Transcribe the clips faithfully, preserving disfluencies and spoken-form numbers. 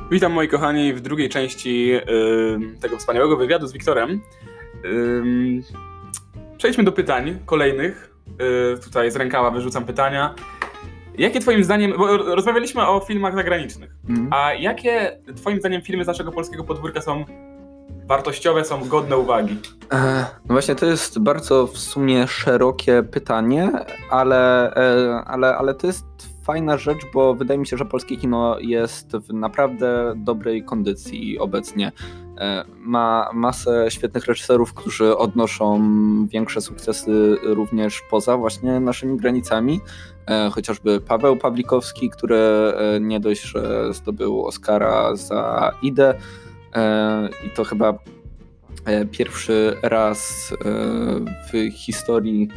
Witam moi kochani w drugiej części y, tego wspaniałego wywiadu z Wiktorem. Y, przejdźmy do pytań kolejnych. Y, tutaj z rękawa wyrzucam pytania. Jakie twoim zdaniem, bo rozmawialiśmy o filmach zagranicznych, mm. a jakie twoim zdaniem filmy z naszego polskiego podwórka są wartościowe, są godne uwagi? E, no właśnie to jest bardzo w sumie szerokie pytanie, ale, e, ale, ale to jest fajna rzecz, bo wydaje mi się, że polskie kino jest w naprawdę dobrej kondycji obecnie. E, ma masę świetnych reżyserów, którzy odnoszą większe sukcesy również poza właśnie naszymi granicami. E, chociażby Paweł Pawlikowski, który e, nie dość, że zdobył Oscara za Idę, e, i to chyba e, pierwszy raz e, w historii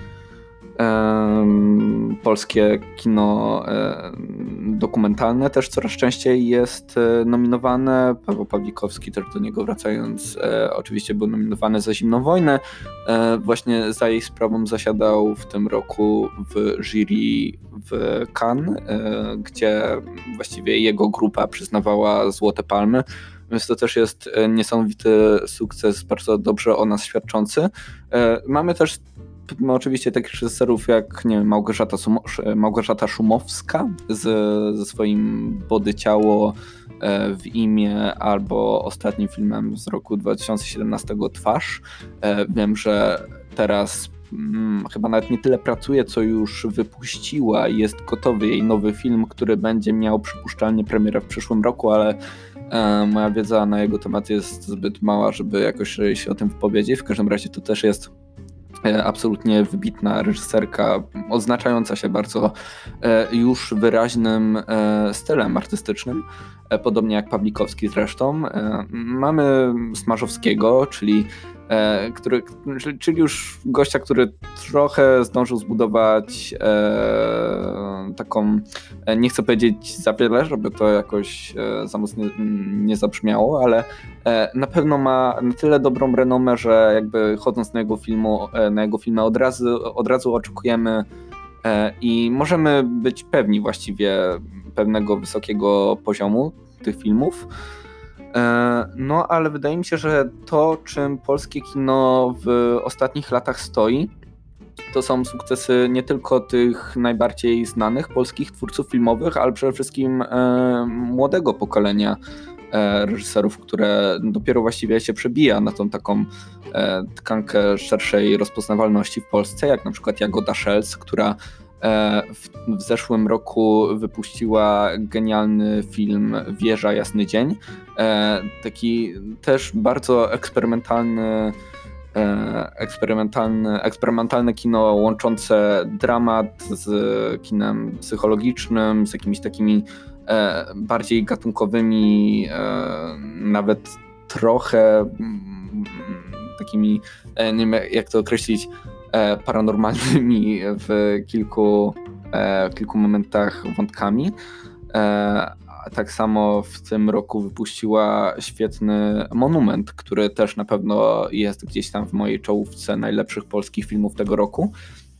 polskie kino dokumentalne też coraz częściej jest nominowane. Paweł Pawlikowski, też do niego wracając, oczywiście był nominowany za Zimną wojnę. Właśnie za jej sprawą zasiadał w tym roku w jury w Cannes, gdzie właściwie jego grupa przyznawała Złote Palmy. Więc to też jest niesamowity sukces, bardzo dobrze o nas świadczący. Mamy też No, oczywiście takich reżyserów jak, nie wiem, Małgorzata, Sum- Małgorzata Szumowska z, ze swoim Body Ciało w imię, albo ostatnim filmem z roku dwa tysiące siedemnastego Twarz. Wiem, że teraz hmm, chyba nawet nie tyle pracuje, co już wypuściła i jest gotowy jej nowy film, który będzie miał przypuszczalnie premierę w przyszłym roku, ale e, moja wiedza na jego temat jest zbyt mała, żeby jakoś się o tym wypowiedzieć. W każdym razie to też jest absolutnie wybitna reżyserka, odznaczająca się bardzo już wyraźnym stylem artystycznym, podobnie jak Pawlikowski zresztą. Mamy Smarzowskiego, czyli, który, czyli już gościa, który trochę zdążył zbudować taką, nie chcę powiedzieć za wiele, żeby to jakoś za mocno nie zabrzmiało, ale na pewno ma na tyle dobrą renomę, że jakby chodząc na jego filmu, na jego filmy od razu, od razu oczekujemy i możemy być pewni właściwie pewnego wysokiego poziomu tych filmów. No ale wydaje mi się, że to, czym polskie kino w ostatnich latach stoi, to są sukcesy nie tylko tych najbardziej znanych polskich twórców filmowych, ale przede wszystkim e, młodego pokolenia e, reżyserów, które dopiero właściwie się przebija na tą taką e, tkankę szerszej rozpoznawalności w Polsce, jak na przykład Jagoda Szelc, która e, w, w zeszłym roku wypuściła genialny film Wieża, Jasny Dzień. E, taki też bardzo eksperymentalny Eksperymentalne, eksperymentalne kino łączące dramat z kinem psychologicznym, z jakimiś takimi e, bardziej gatunkowymi, e, nawet trochę m, takimi, e, nie wiem jak to określić, e, paranormalnymi w kilku, e, kilku momentach wątkami. E, Tak samo w tym roku wypuściła świetny Monument, który też na pewno jest gdzieś tam w mojej czołówce najlepszych polskich filmów tego roku.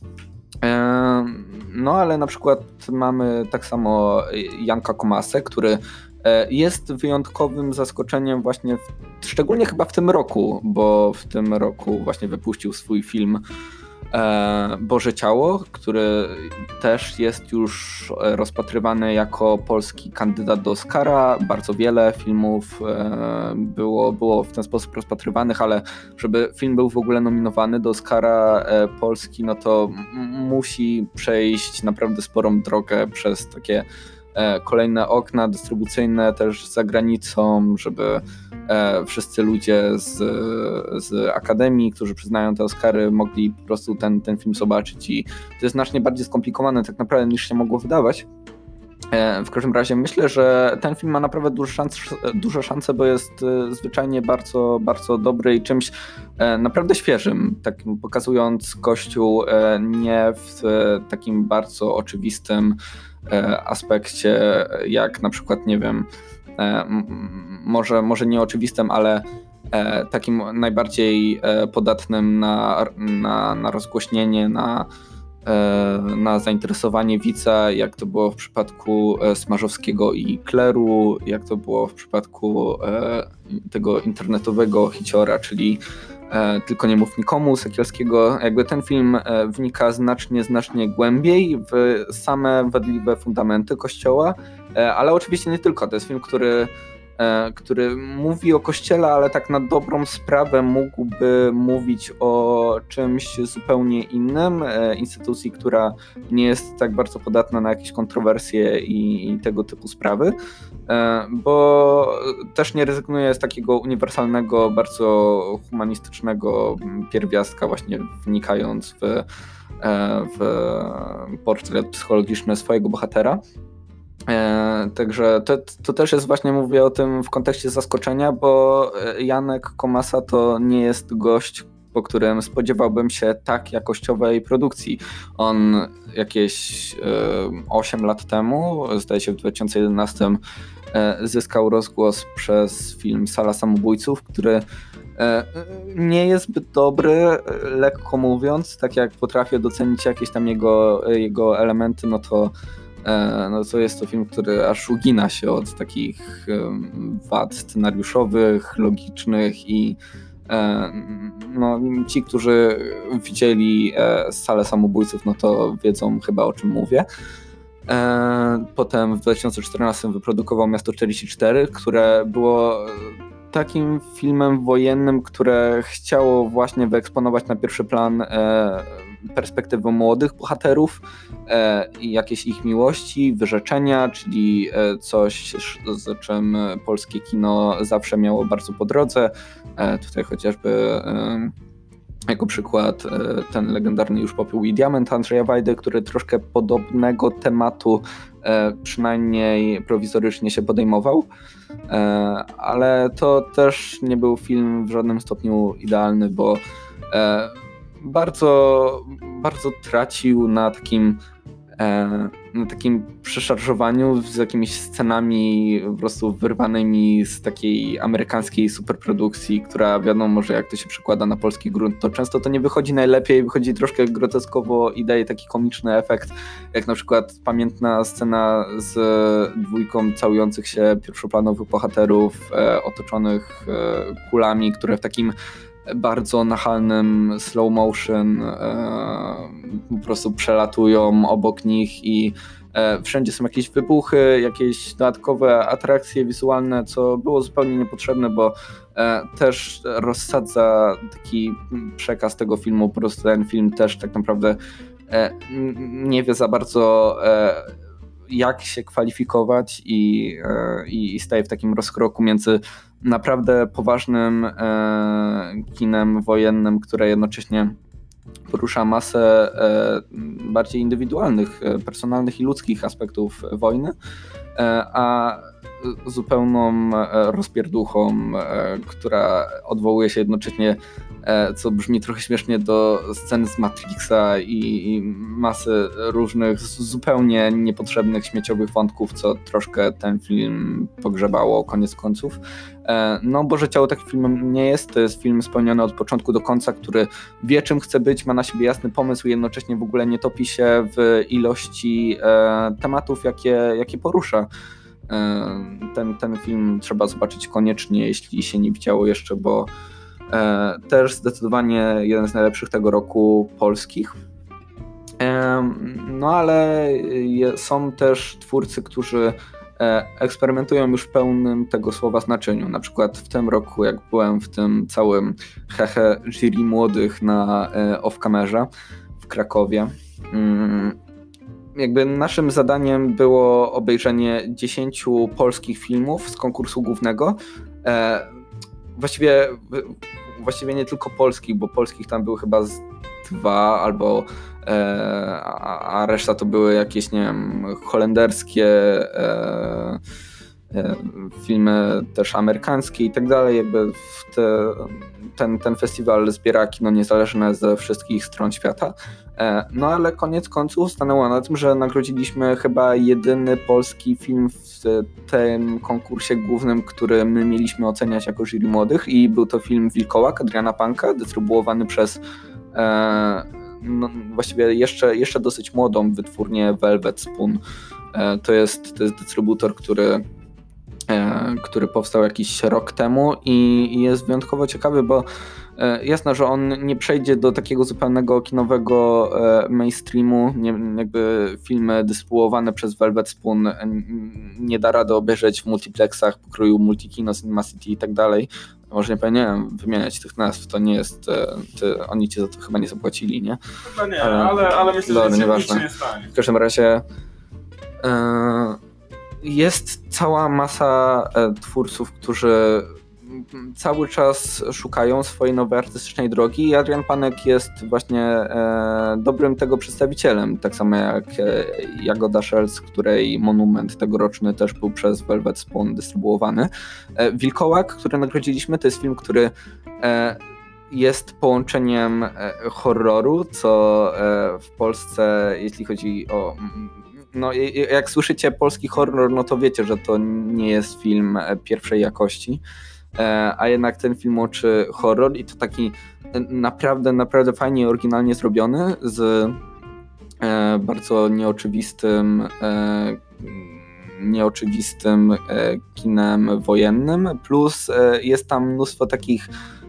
No ale na przykład mamy tak samo Janka Komasę, który jest wyjątkowym zaskoczeniem właśnie, w, szczególnie chyba w tym roku, bo w tym roku właśnie wypuścił swój film Boże Ciało, który też jest już rozpatrywany jako polski kandydat do Oscara. Bardzo wiele filmów było, było w ten sposób rozpatrywanych, ale żeby film był w ogóle nominowany do Oscara Polski, no to musi przejść naprawdę sporą drogę przez takie kolejne okna dystrybucyjne też za granicą, żeby wszyscy ludzie z, z Akademii, którzy przyznają te Oscary, mogli po prostu ten, ten film zobaczyć i to jest znacznie bardziej skomplikowane tak naprawdę niż się mogło wydawać. W każdym razie myślę, że ten film ma naprawdę duże szanse, duże szanse, bo jest zwyczajnie bardzo, bardzo dobry i czymś naprawdę świeżym, takim pokazując Kościół nie w takim bardzo oczywistym aspekcie, jak na przykład, nie wiem, może, może nie oczywistym, ale takim najbardziej podatnym na, na, na rozgłośnienie, na na zainteresowanie widza, jak to było w przypadku Smarzowskiego i Kleru, jak to było w przypadku tego internetowego hiciora, czyli Tylko nie mów nikomu Sekielskiego. Jakby ten film wnika znacznie, znacznie głębiej w same wadliwe fundamenty Kościoła, ale oczywiście nie tylko. To jest film, który który mówi o Kościele, ale tak na dobrą sprawę mógłby mówić o czymś zupełnie innym, instytucji, która nie jest tak bardzo podatna na jakieś kontrowersje i, i tego typu sprawy, bo też nie rezygnuje z takiego uniwersalnego, bardzo humanistycznego pierwiastka, właśnie wnikając w, w portret psychologiczny swojego bohatera. E, także to, to też jest właśnie, mówię o tym w kontekście zaskoczenia, bo Janek Komasa to nie jest gość, po którym spodziewałbym się tak jakościowej produkcji. On jakieś e, osiem lat temu, zdaje się w dwa tysiące jedenastym, e, zyskał rozgłos przez film Sala Samobójców, który e, nie jest zbyt dobry, lekko mówiąc. Tak jak potrafię docenić jakieś tam jego, jego elementy, no to no to jest to film, który aż ugina się od takich wad scenariuszowych, logicznych i no, ci, którzy widzieli Salę Samobójców, no to wiedzą chyba, o czym mówię. Potem w dwa tysiące czternastym wyprodukował Miasto czterdzieści cztery, które było takim filmem wojennym, które chciało właśnie wyeksponować na pierwszy plan perspektywę młodych bohaterów i jakieś ich miłości, wyrzeczenia, czyli coś, z czym polskie kino zawsze miało bardzo po drodze. Tutaj chociażby jako przykład ten legendarny Już popiół i diament Andrzeja Wajdy, który troszkę podobnego tematu przynajmniej prowizorycznie się podejmował, ale to też nie był film w żadnym stopniu idealny, bo bardzo, bardzo tracił na takim, na takim przeszarżowaniu z jakimiś scenami po prostu wyrwanymi z takiej amerykańskiej superprodukcji, która wiadomo, że jak to się przekłada na polski grunt, to często to nie wychodzi najlepiej, wychodzi troszkę groteskowo i daje taki komiczny efekt, jak na przykład pamiętna scena z dwójką całujących się pierwszoplanowych bohaterów e, otoczonych e, kulami, które w takim bardzo nachalnym slow motion e, po prostu przelatują obok nich i e, wszędzie są jakieś wybuchy, jakieś dodatkowe atrakcje wizualne, co było zupełnie niepotrzebne, bo e, też rozsadza taki przekaz tego filmu. Po prostu ten film też tak naprawdę e, nie wie za bardzo e, jak się kwalifikować i, e, i staje w takim rozkroku między naprawdę poważnym e, kinem wojennym, które jednocześnie porusza masę e, bardziej indywidualnych, e, personalnych i ludzkich aspektów wojny, e, a zupełną rozpierduchą, e, która odwołuje się jednocześnie, e, co brzmi trochę śmiesznie, do scen z Matrixa i, i masy różnych zupełnie niepotrzebnych, śmieciowych wątków, co troszkę ten film pogrzebało koniec końców. E, no Boże Ciało takim filmem nie jest, to jest film spełniony od początku do końca, który wie czym chce być, ma na siebie jasny pomysł i jednocześnie w ogóle nie topi się w ilości e, tematów, jakie, jakie porusza. Ten, ten film trzeba zobaczyć koniecznie, jeśli się nie widziało jeszcze, bo e, też zdecydowanie jeden z najlepszych tego roku polskich. E, no ale je, są też twórcy, którzy e, eksperymentują już w pełnym tego słowa znaczeniu. Na przykład w tym roku, jak byłem w tym całym hehe jury młodych na e, off-kamerze w Krakowie, mm, jakby naszym zadaniem było obejrzenie dziesięciu polskich filmów z konkursu głównego. E, właściwie, właściwie nie tylko polskich, bo polskich tam były chyba z dwa albo e, a, a reszta to były jakieś, nie wiem, holenderskie e, e, filmy też amerykańskie i tak dalej. Jakby w te, ten, ten festiwal zbiera kino niezależne ze wszystkich stron świata. No ale koniec końców stanęło na tym, że nagrodziliśmy chyba jedyny polski film w tym konkursie głównym, który my mieliśmy oceniać jako jury młodych, i był to film Wilkołak Adriana Panka, dystrybuowany przez e, no, właściwie jeszcze, jeszcze dosyć młodą wytwórnię Velvet Spoon. To jest, to jest dystrybutor, który, który powstał jakiś rok temu i jest wyjątkowo ciekawy, bo jasne, że on nie przejdzie do takiego zupełnego kinowego mainstreamu, nie, jakby filmy dystrybuowane przez Velvet Spoon nie da rady obejrzeć w multiplexach pokroju Multikino, Cinema City i tak dalej. Może nie powinienem wymieniać tych nazw, to nie jest, ty, oni ci za to chyba nie zapłacili, nie? No nie, ale, ale, ale myślę, dobra, że nic się nie stanie. W każdym razie jest cała masa twórców, którzy cały czas szukają swojej nowej artystycznej drogi i Adrian Panek jest właśnie e, dobrym tego przedstawicielem, tak samo jak e, Jagoda Szelc, której Monument tegoroczny też był przez Velvet Spoon dystrybuowany. E, Wilkołak, który nagrodziliśmy, to jest film, który e, jest połączeniem e, horroru, co e, w Polsce, jeśli chodzi o... No, jak słyszycie polski horror, no to wiecie, że to nie jest film pierwszej jakości. A jednak ten film łączy horror i to taki naprawdę, naprawdę fajnie i oryginalnie zrobiony z bardzo nieoczywistym nieoczywistym kinem wojennym, plus jest tam mnóstwo takich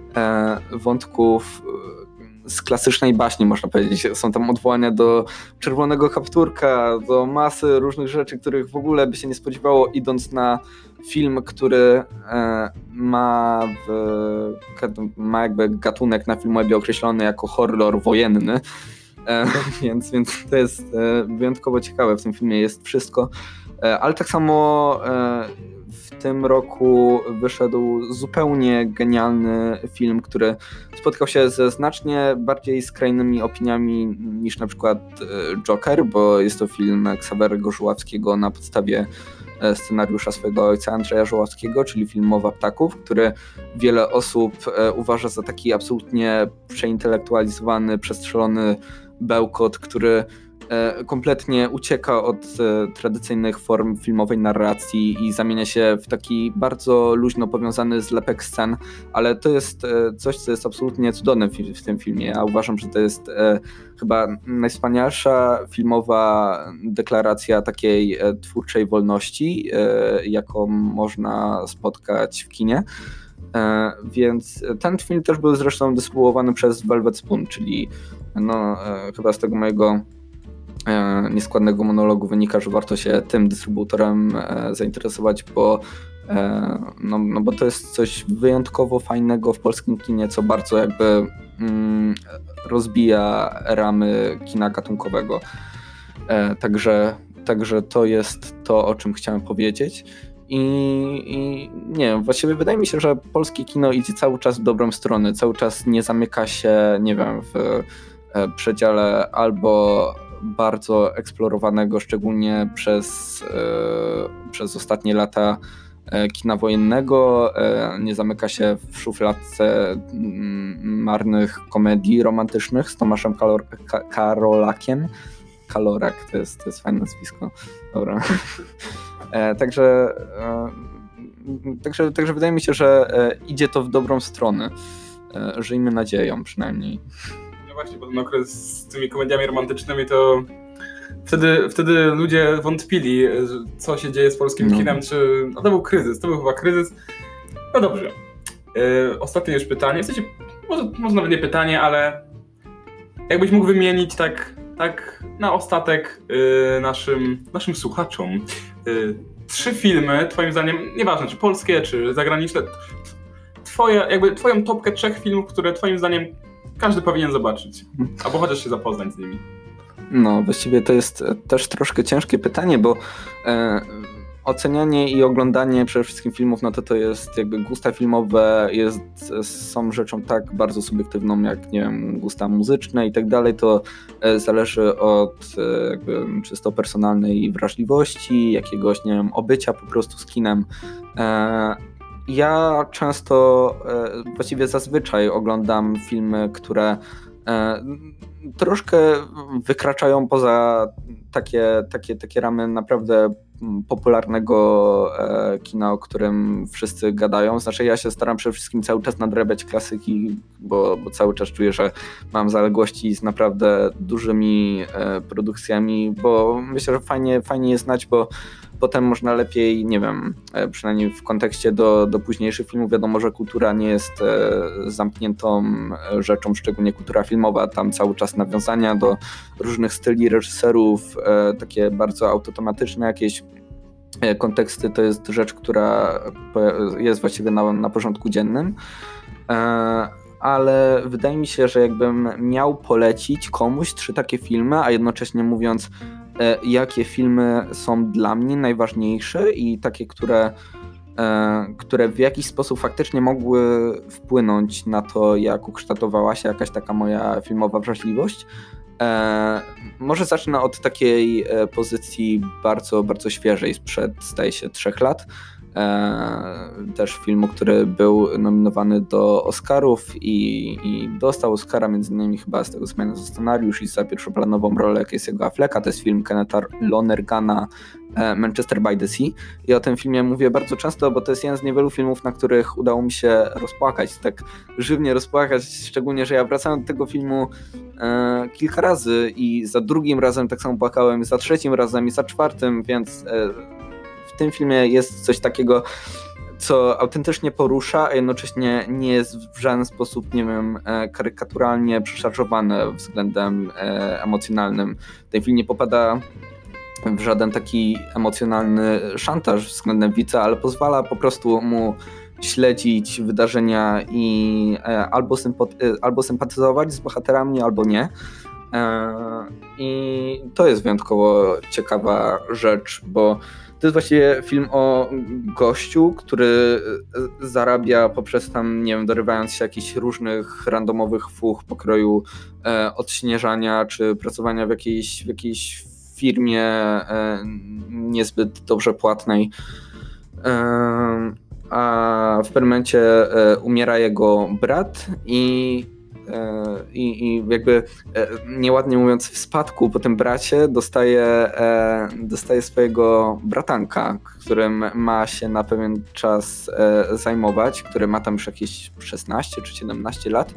wątków z klasycznej baśni, można powiedzieć. Są tam odwołania do Czerwonego Kapturka, do masy różnych rzeczy, których w ogóle by się nie spodziewało, idąc na film, który e, ma, w, ma jakby gatunek na Filmwebie określony jako horror wojenny, e, więc, więc to jest e, wyjątkowo ciekawe. W tym filmie jest wszystko, e, ale tak samo e, w tym roku wyszedł zupełnie genialny film, który spotkał się ze znacznie bardziej skrajnymi opiniami niż na przykład Joker, bo jest to film Ksawerego Żuławskiego na podstawie scenariusza swojego ojca Andrzeja Żuławskiego, czyli film Mowa ptaków, który wiele osób uważa za taki absolutnie przeintelektualizowany, przestrzelony bełkot, który kompletnie ucieka od tradycyjnych form filmowej narracji i zamienia się w taki bardzo luźno powiązany zlepek scen, ale to jest coś, co jest absolutnie cudowne w tym filmie. Ja uważam, że to jest chyba najwspanialsza filmowa deklaracja takiej twórczej wolności, jaką można spotkać w kinie. Więc ten film też był zresztą dystrybuowany przez Velvet Spoon, czyli no, chyba z tego mojego nieskładnego monologu wynika, że warto się tym dystrybutorem zainteresować, bo, no, no bo to jest coś wyjątkowo fajnego w polskim kinie, co bardzo jakby mm, rozbija ramy kina gatunkowego. Także, także to jest to, o czym chciałem powiedzieć. I, I nie wiem, właściwie wydaje mi się, że polskie kino idzie cały czas w dobrą stronę, cały czas nie zamyka się, nie wiem, w przedziale albo bardzo eksplorowanego, szczególnie przez, e, przez ostatnie lata e, kina wojennego. E, nie zamyka się w szufladce m, marnych komedii romantycznych z Tomaszem Kalor- Ka- Karolakiem. Kalorak, to jest, to jest fajne nazwisko. Dobra. E, także, e, także, także wydaje mi się, że e, idzie to w dobrą stronę. E, żyjmy nadzieją przynajmniej. Właśnie, bo ten okres z tymi komediami romantycznymi to wtedy, wtedy ludzie wątpili, co się dzieje z polskim no. kinem, czy... No to był kryzys, to był chyba kryzys. No dobrze. Yy, ostatnie już pytanie, w sensie, może, może nawet nie pytanie, ale jakbyś mógł wymienić tak, tak na ostatek yy, naszym, naszym słuchaczom yy, trzy filmy, twoim zdaniem, nieważne czy polskie, czy zagraniczne, twoje, jakby twoją topkę trzech filmów, które twoim zdaniem każdy powinien zobaczyć, albo chociaż się zapoznać z nimi. No, właściwie to jest też troszkę ciężkie pytanie, bo e, ocenianie i oglądanie przede wszystkim filmów, no to to jest jakby gusta filmowe, jest, są rzeczą tak bardzo subiektywną jak, nie wiem, gusta muzyczne i tak dalej, to e, zależy od e, jakby czysto personalnej wrażliwości, jakiegoś, nie wiem, obycia po prostu z kinem. E, Ja często, właściwie zazwyczaj oglądam filmy, które troszkę wykraczają poza takie, takie, takie ramy naprawdę popularnego e, kina, o którym wszyscy gadają. Znaczy ja się staram przede wszystkim cały czas nadrabiać klasyki, bo, bo cały czas czuję, że mam zaległości z naprawdę dużymi e, produkcjami, bo myślę, że fajnie, fajnie je znać, bo potem można lepiej, nie wiem, e, przynajmniej w kontekście do, do późniejszych filmów, wiadomo, że kultura nie jest e, zamkniętą rzeczą, szczególnie kultura filmowa, tam cały czas nawiązania do różnych styli reżyserów, e, takie bardzo autotematyczne jakieś e, konteksty, to jest rzecz, która jest właściwie na, na porządku dziennym, e, ale wydaje mi się, że jakbym miał polecić komuś trzy takie filmy, a jednocześnie mówiąc, e, jakie filmy są dla mnie najważniejsze i takie, które które w jakiś sposób faktycznie mogły wpłynąć na to, jak ukształtowała się jakaś taka moja filmowa wrażliwość. Może zacznę od takiej pozycji bardzo, bardzo świeżej, sprzed, zdaje się, trzech lat. Też filmu, który był nominowany do Oscarów i, i dostał Oscara między innymi chyba z tego względu za scenariusz i za pierwszoplanową rolę Casey'ego Afflecka. To jest film Kennetha Lonergana Manchester by the Sea. I o tym filmie mówię bardzo często, bo to jest jeden z niewielu filmów, na których udało mi się rozpłakać, tak żywnie rozpłakać, szczególnie, że ja wracałem do tego filmu e, kilka razy i za drugim razem tak samo płakałem, za trzecim razem i za czwartym, więc e, w tym filmie jest coś takiego, co autentycznie porusza, a jednocześnie nie jest w żaden sposób, nie wiem, karykaturalnie przeszarżowane względem e, emocjonalnym. Ten film nie popada w żaden taki emocjonalny szantaż względem widza, ale pozwala po prostu mu śledzić wydarzenia i e, albo, sympat- e, albo sympatyzować z bohaterami, albo nie. E, I to jest wyjątkowo ciekawa rzecz, bo to jest właściwie film o gościu, który zarabia poprzez tam, nie wiem, dorywając się jakichś różnych randomowych fuch pokroju e, odśnieżania, czy pracowania w jakiejś, w jakiejś firmie e, niezbyt dobrze płatnej. E, a w pewnym momencie e, umiera jego brat i I, i jakby nieładnie mówiąc w spadku po tym bracie dostaje, dostaje swojego bratanka, którym ma się na pewien czas zajmować, który ma tam już jakieś szesnaście czy siedemnaście lat.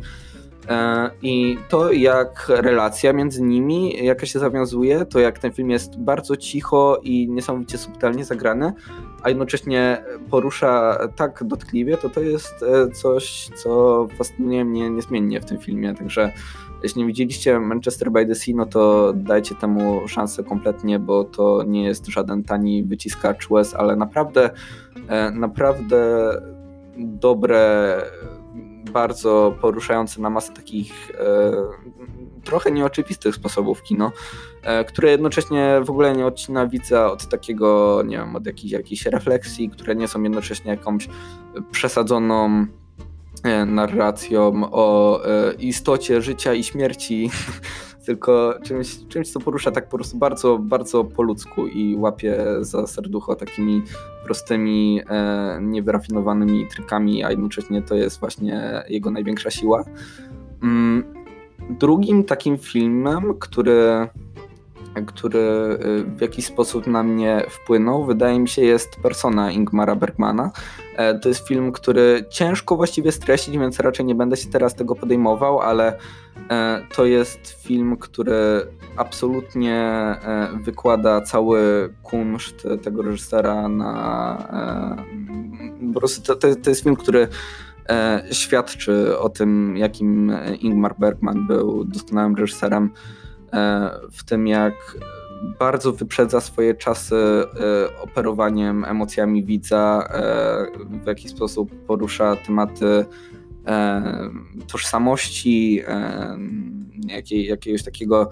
I to, jak relacja między nimi, jaka się zawiązuje, to jak ten film jest bardzo cicho i niesamowicie subtelnie zagrany, a jednocześnie porusza tak dotkliwie, to to jest coś, co fascynuje mnie niezmiennie w tym filmie. Także jeśli nie widzieliście Manchester by the Sea, no to dajcie temu szansę kompletnie, bo to nie jest żaden tani wyciskacz łez, ale naprawdę, naprawdę dobre, bardzo poruszające na masę takich e, trochę nieoczywistych sposobów kino, e, które jednocześnie w ogóle nie odcina widza od takiego, nie wiem, od jakichś, jakichś refleksji, które nie są jednocześnie jakąś przesadzoną e, narracją o e, istocie życia i śmierci, tylko czymś, czymś, co porusza tak po prostu bardzo, bardzo po ludzku i łapie za serducho takimi prostymi, e, niewyrafinowanymi trykami, a jednocześnie to jest właśnie jego największa siła. Mm, drugim takim filmem, który, który w jakiś sposób na mnie wpłynął, wydaje mi się, jest Persona Ingmara Bergmana. E, to jest film, który ciężko właściwie streścić, więc raczej nie będę się teraz tego podejmował, ale to jest film, który absolutnie wykłada cały kunszt tego reżysera na... Po prostu to, to jest film, który świadczy o tym, jakim Ingmar Bergman był doskonałym reżyserem, w tym jak bardzo wyprzedza swoje czasy operowaniem emocjami widza, w jaki sposób porusza tematy E, tożsamości, e, jakiej, jakiegoś takiego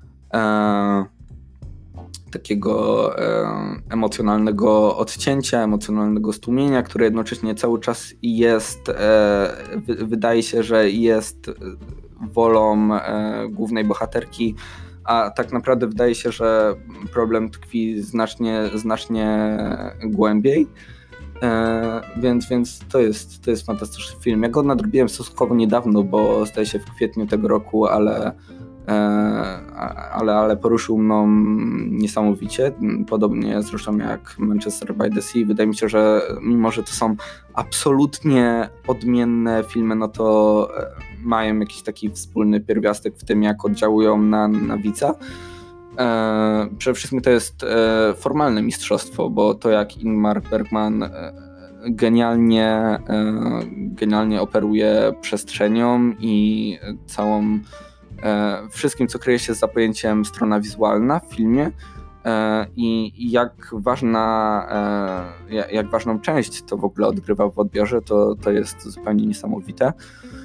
e, takiego e, emocjonalnego odcięcia, emocjonalnego stłumienia, które jednocześnie cały czas jest, e, w, wydaje się, że jest wolą e, głównej bohaterki, a tak naprawdę wydaje się, że problem tkwi znacznie, znacznie głębiej. E, więc, więc to jest, to jest fantastyczny film. Ja go nadrobiłem stosunkowo niedawno, bo zdaje się w kwietniu tego roku, ale ale, ale poruszył mną niesamowicie, podobnie zresztą jak Manchester by the Sea. Wydaje mi się, że mimo, że to są absolutnie odmienne filmy, no to mają jakiś taki wspólny pierwiastek w tym, jak oddziałują na, na widza. Przede wszystkim to jest formalne mistrzostwo, bo to jak Ingmar Bergman genialnie, genialnie operuje przestrzenią i całą wszystkim, co kryje się za pojęciem strona wizualna w filmie i jak ważna, jak ważną część to w ogóle odgrywa w odbiorze, to, to jest zupełnie niesamowite.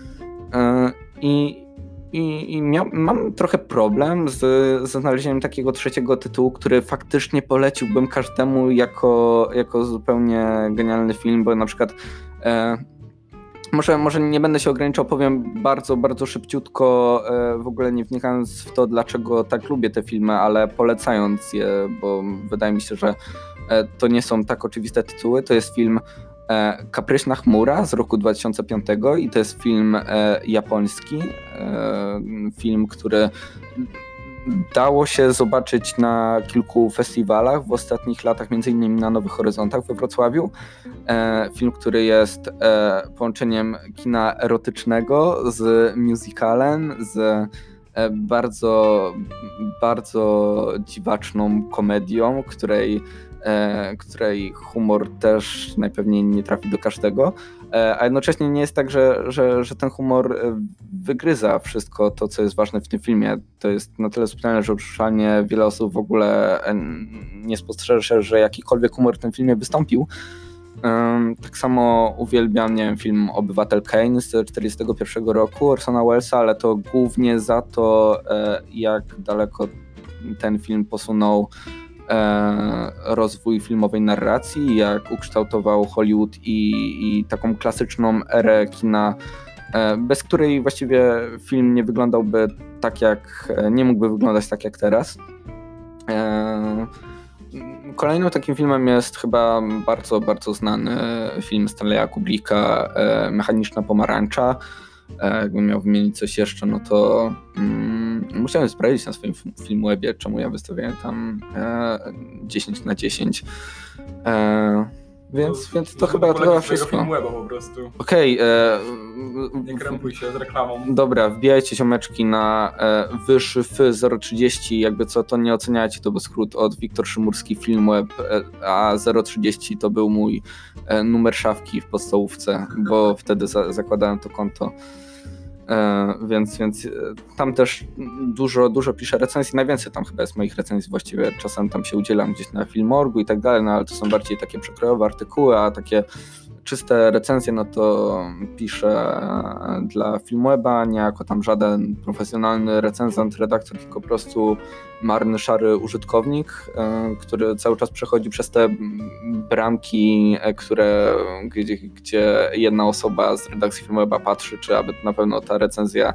I, i, i miał, mam trochę problem z, ze znalezieniem takiego trzeciego tytułu, który faktycznie poleciłbym każdemu jako, jako zupełnie genialny film, bo na przykład Może, może nie będę się ograniczał, powiem bardzo, bardzo szybciutko, w ogóle nie wnikając w to, dlaczego tak lubię te filmy, ale polecając je, bo wydaje mi się, że to nie są tak oczywiste tytuły. To jest film Kapryśna chmura z roku dwa tysiące piątego i to jest film japoński, film, który dało się zobaczyć na kilku festiwalach w ostatnich latach, między innymi na Nowych Horyzontach we Wrocławiu. E, film, który jest e, połączeniem kina erotycznego z musicalem, z e, bardzo, bardzo dziwaczną komedią, której, e, której humor też najpewniej nie trafi do każdego. A jednocześnie nie jest tak, że, że, że ten humor wygryza wszystko to, co jest ważne w tym filmie. To jest na tyle subtelne, że przypuszczalnie wiele osób w ogóle nie spostrzeże, że jakikolwiek humor w tym filmie wystąpił. Tak samo uwielbiam, nie wiem, film Obywatel Kane z tysiąc dziewięćset czterdziestego pierwszego roku Orsona Wellesa, ale to głównie za to, jak daleko ten film posunął rozwój filmowej narracji, jak ukształtował Hollywood i, i taką klasyczną erę kina, bez której właściwie film nie wyglądałby tak jak, nie mógłby wyglądać tak jak teraz. Kolejnym takim filmem jest chyba bardzo, bardzo znany film Stanleya Kubricka, Mechaniczna pomarańcza. Jakbym miał wymienić coś jeszcze, no to mm, musiałem sprawdzić na swoim Filmwebie, czemu ja wystawiałem tam e, dziesięć na dziesięć. E, więc, to, więc to, to chyba to chyba wszystko. Filmweba po prostu. Okej. Okay, nie krępuj się z reklamą. Dobra, wbijajcie ziomeczki na e, wyższy F zero trzydzieści, jakby co, to nie oceniajcie, to był skrót od Wiktor Szymurski Filmweb, e, a zero trzydzieści to był mój e, numer szafki w podstawówce, bo wtedy za, zakładałem to konto. E, więc, więc tam też dużo, dużo piszę recenzji, najwięcej tam chyba jest moich recenzji, właściwie czasem tam się udzielam gdzieś na Filmorgu i tak dalej, no ale to są bardziej takie przekrojowe artykuły, a takie czyste recenzje, no to piszę dla Filmweba, nie jako tam żaden profesjonalny recenzent, redaktor, tylko po prostu marny, szary użytkownik, który cały czas przechodzi przez te bramki, które, gdzie, gdzie jedna osoba z redakcji Filmweba patrzy, czy aby na pewno ta recenzja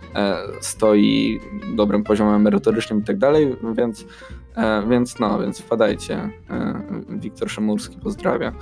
stoi dobrym poziomem merytorycznym i tak dalej, więc, więc no, więc wpadajcie. Wiktor Szymurski pozdrawia.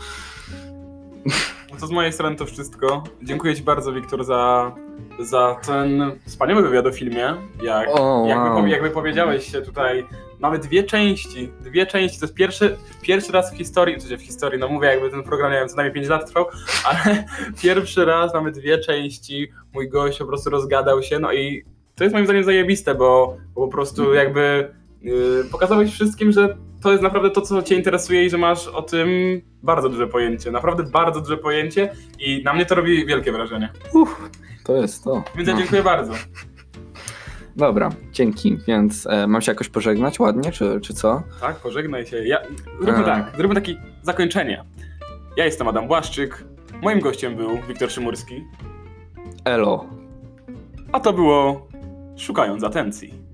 No to z mojej strony to wszystko. Dziękuję Ci bardzo, Wiktor, za, za ten wspaniały wywiad o filmie. Jak, oh, wow. jakby, jakby powiedziałeś się tutaj, mamy dwie części. Dwie części. To jest pierwszy, pierwszy raz w historii, w historii, no mówię, jakby ten program, nie wiem, co najmniej pięć lat trwał, ale pierwszy raz mamy dwie części. Mój gość po prostu rozgadał się, no i to jest moim zdaniem zajebiste, bo, bo po prostu jakby yy, pokazałeś wszystkim, że to jest naprawdę to, co Cię interesuje i że masz o tym bardzo duże pojęcie. Naprawdę bardzo duże pojęcie i na mnie to robi wielkie wrażenie. Uff, to jest to. Więc ja dziękuję no. bardzo. Dobra, dzięki. Więc e, mam się jakoś pożegnać ładnie, czy, czy co? Tak, pożegnaj się. Ja, zróbmy tak, zróbmy takie zakończenie. Ja jestem Adam Błaszczyk, moim gościem był Wiktor Szymurski. Elo. A to było Szukając Atencji.